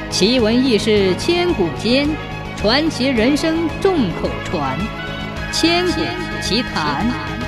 奇闻异事千古间，传奇人生众口传。千古奇谈。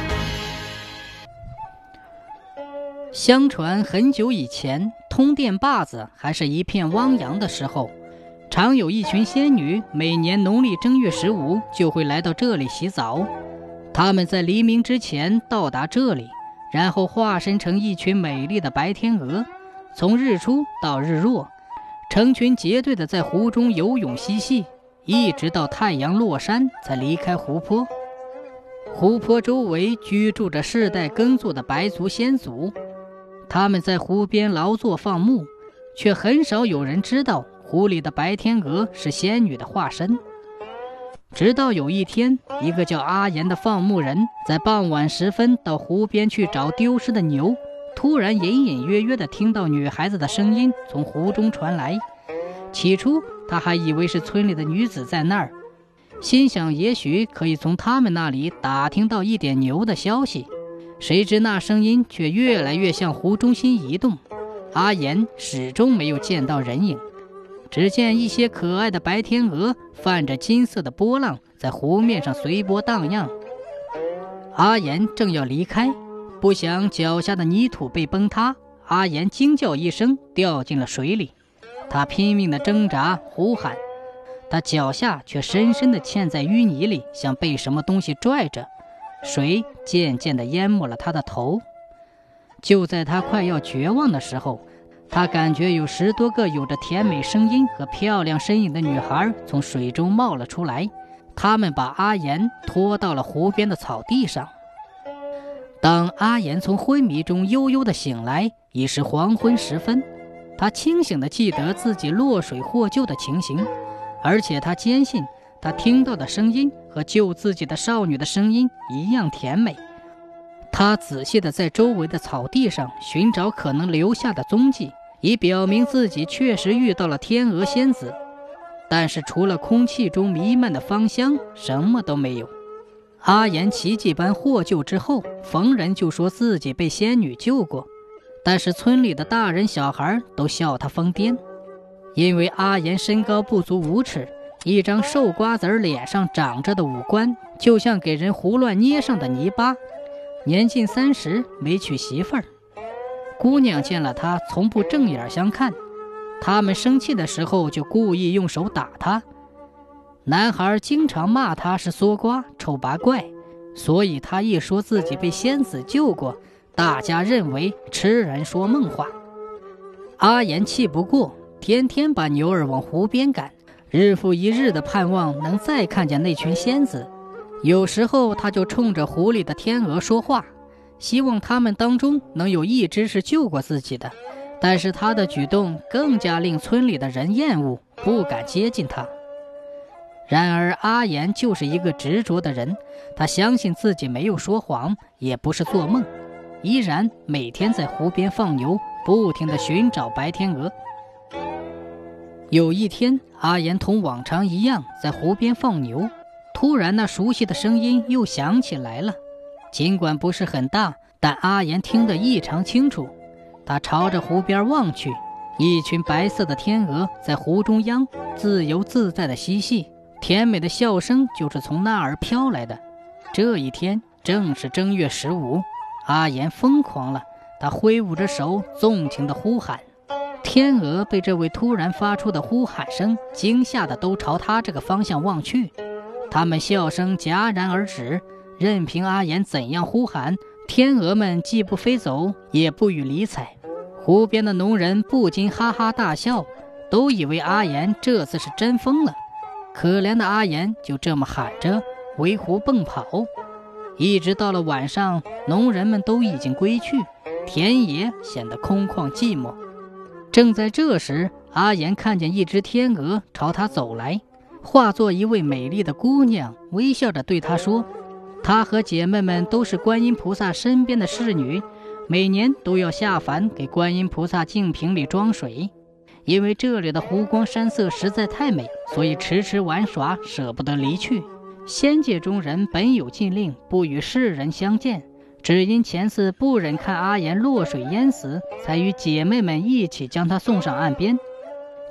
相传很久以前，通电坝子还是一片汪洋的时候，常有一群仙女每年农历正月15就会来到这里洗澡。她们在黎明之前到达这里，然后化身成一群美丽的白天鹅，从日出到日落，成群结队的在湖中游泳嬉戏，一直到太阳落山才离开湖泊。湖泊周围居住着世代耕作的白族先祖，他们在湖边劳作放牧，却很少有人知道湖里的白天鹅是仙女的化身。直到有一天，一个叫阿言的放牧人在傍晚时分到湖边去找丢失的牛，突然隐隐约约地听到女孩子的声音从湖中传来。起初他还以为是村里的女子在那儿，心想也许可以从他们那里打听到一点牛的消息。谁知那声音却越来越向湖中心移动，阿言始终没有见到人影。只见一些可爱的白天鹅泛着金色的波浪在湖面上随波荡漾。阿言正要离开，不想脚下的泥土被崩塌，阿言惊叫一声掉进了水里。他拼命地挣扎呼喊，他脚下却深深地嵌在淤泥里，像被什么东西拽着，水渐渐地淹没了他的头。就在他快要绝望的时候，他感觉有10多个有着甜美声音和漂亮身影的女孩从水中冒了出来，她们把阿言拖到了湖边的草地上。当阿言从昏迷中悠悠地醒来，已是黄昏时分。他清醒地记得自己落水获救的情形，而且他坚信他听到的声音和救自己的少女的声音一样甜美。他仔细地在周围的草地上寻找可能留下的踪迹，以表明自己确实遇到了天鹅仙子，但是除了空气中弥漫的芳香，什么都没有。阿言奇迹般获救之后，逢人就说自己被仙女救过，但是村里的大人小孩都笑他疯癫，因为阿言身高不足5尺，一张瘦瓜子脸上长着的五官就像给人胡乱捏上的泥巴。年近30，没娶媳妇儿。姑娘见了他从不正眼相看，他们生气的时候就故意用手打他。男孩经常骂他是缩瓜丑八怪，所以他一说自己被仙子救过，大家认为痴人说梦话。阿言气不过，天天把牛儿往湖边赶，日复一日的盼望能再看见那群仙子。有时候他就冲着湖里的天鹅说话，希望他们当中能有一只是救过自己的，但是他的举动更加令村里的人厌恶，不敢接近他。然而阿言就是一个执着的人，他相信自己没有说谎，也不是做梦，依然每天在湖边放牛，不停地寻找白天鹅。有一天，阿言同往常一样在湖边放牛，突然那熟悉的声音又响起来了，尽管不是很大，但阿言听得异常清楚。他朝着湖边望去，一群白色的天鹅在湖中央自由自在地嬉戏，甜美的笑声就是从那儿飘来的。这一天正是正月15，阿言疯狂了，他挥舞着手纵情地呼喊。天鹅被这位突然发出的呼喊声惊吓得都朝他这个方向望去，他们笑声戛然而止，任凭阿言怎样呼喊，天鹅们既不飞走，也不予理睬。湖边的农人不禁哈哈大笑，都以为阿言这次是真疯了。可怜的阿言就这么喊着围湖蹦跑，一直到了晚上，农人们都已经归去，田野显得空旷寂寞。正在这时，阿言看见一只天鹅朝他走来，化作一位美丽的姑娘，微笑着对他说，她和姐妹们都是观音菩萨身边的侍女，每年都要下凡给观音菩萨净瓶里装水。因为这里的湖光山色实在太美，所以迟迟玩耍，舍不得离去。仙界中人本有禁令，不与世人相见，只因前次不忍看阿言落水淹死，才与姐妹们一起将他送上岸边。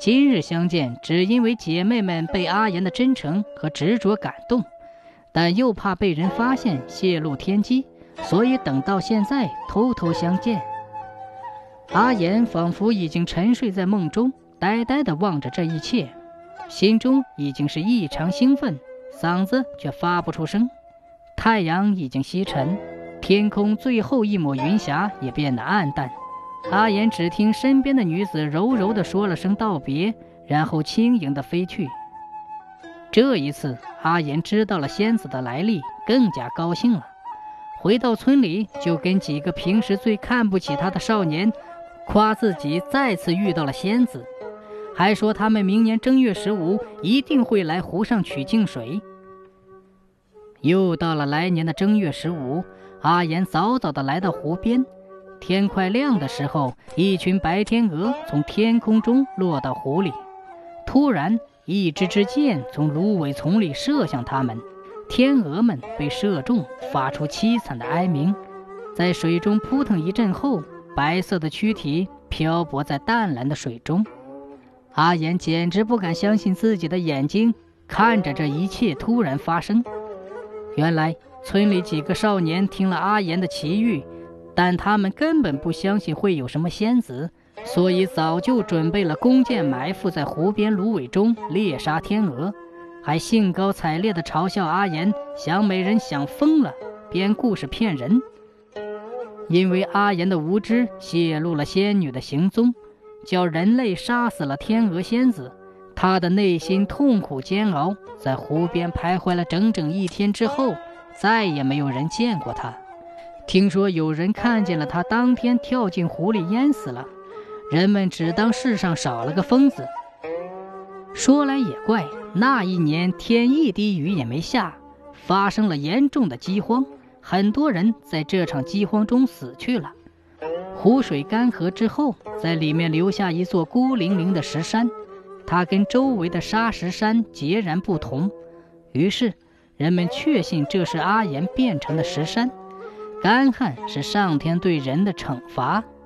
今日相见，只因为姐妹们被阿言的真诚和执着感动，但又怕被人发现泄露天机，所以等到现在偷偷相见。阿言仿佛已经沉睡在梦中，呆呆地望着这一切，心中已经是异常兴奋，嗓子却发不出声。太阳已经西沉，天空最后一抹云霞也变得暗淡。阿言只听身边的女子柔柔地说了声道别，然后轻盈地飞去。这一次阿言知道了仙子的来历，更加高兴了。回到村里，就跟几个平时最看不起他的少年夸自己再次遇到了仙子，还说他们明年正月15一定会来湖上取净水。又到了来年的正月15，阿言早早地来到湖边。天快亮的时候，一群白天鹅从天空中落到湖里。突然，一支支箭从芦苇丛里射向他们，天鹅们被射中，发出凄惨的哀鸣，在水中扑腾一阵后，白色的躯体漂泊在淡蓝的水中。阿言简直不敢相信自己的眼睛，看着这一切突然发生。原来村里几个少年听了阿言的奇遇，但他们根本不相信会有什么仙子，所以早就准备了弓箭埋伏在湖边芦苇中猎杀天鹅，还兴高采烈地嘲笑阿言想美人想疯了，编故事骗人。因为阿言的无知泄露了仙女的行踪，叫人类杀死了天鹅仙子，他的内心痛苦煎熬，在湖边徘徊了整整1天之后，再也没有人见过他。听说有人看见了他当天跳进湖里淹死了，人们只当世上少了个疯子。说来也怪，那一年天一滴雨也没下，发生了严重的饥荒，很多人在这场饥荒中死去了。湖水干涸之后，在里面留下一座孤零零的石山，它跟周围的沙石山截然不同，于是人们确信这是阿言变成的石山。干旱是上天对人的惩罚，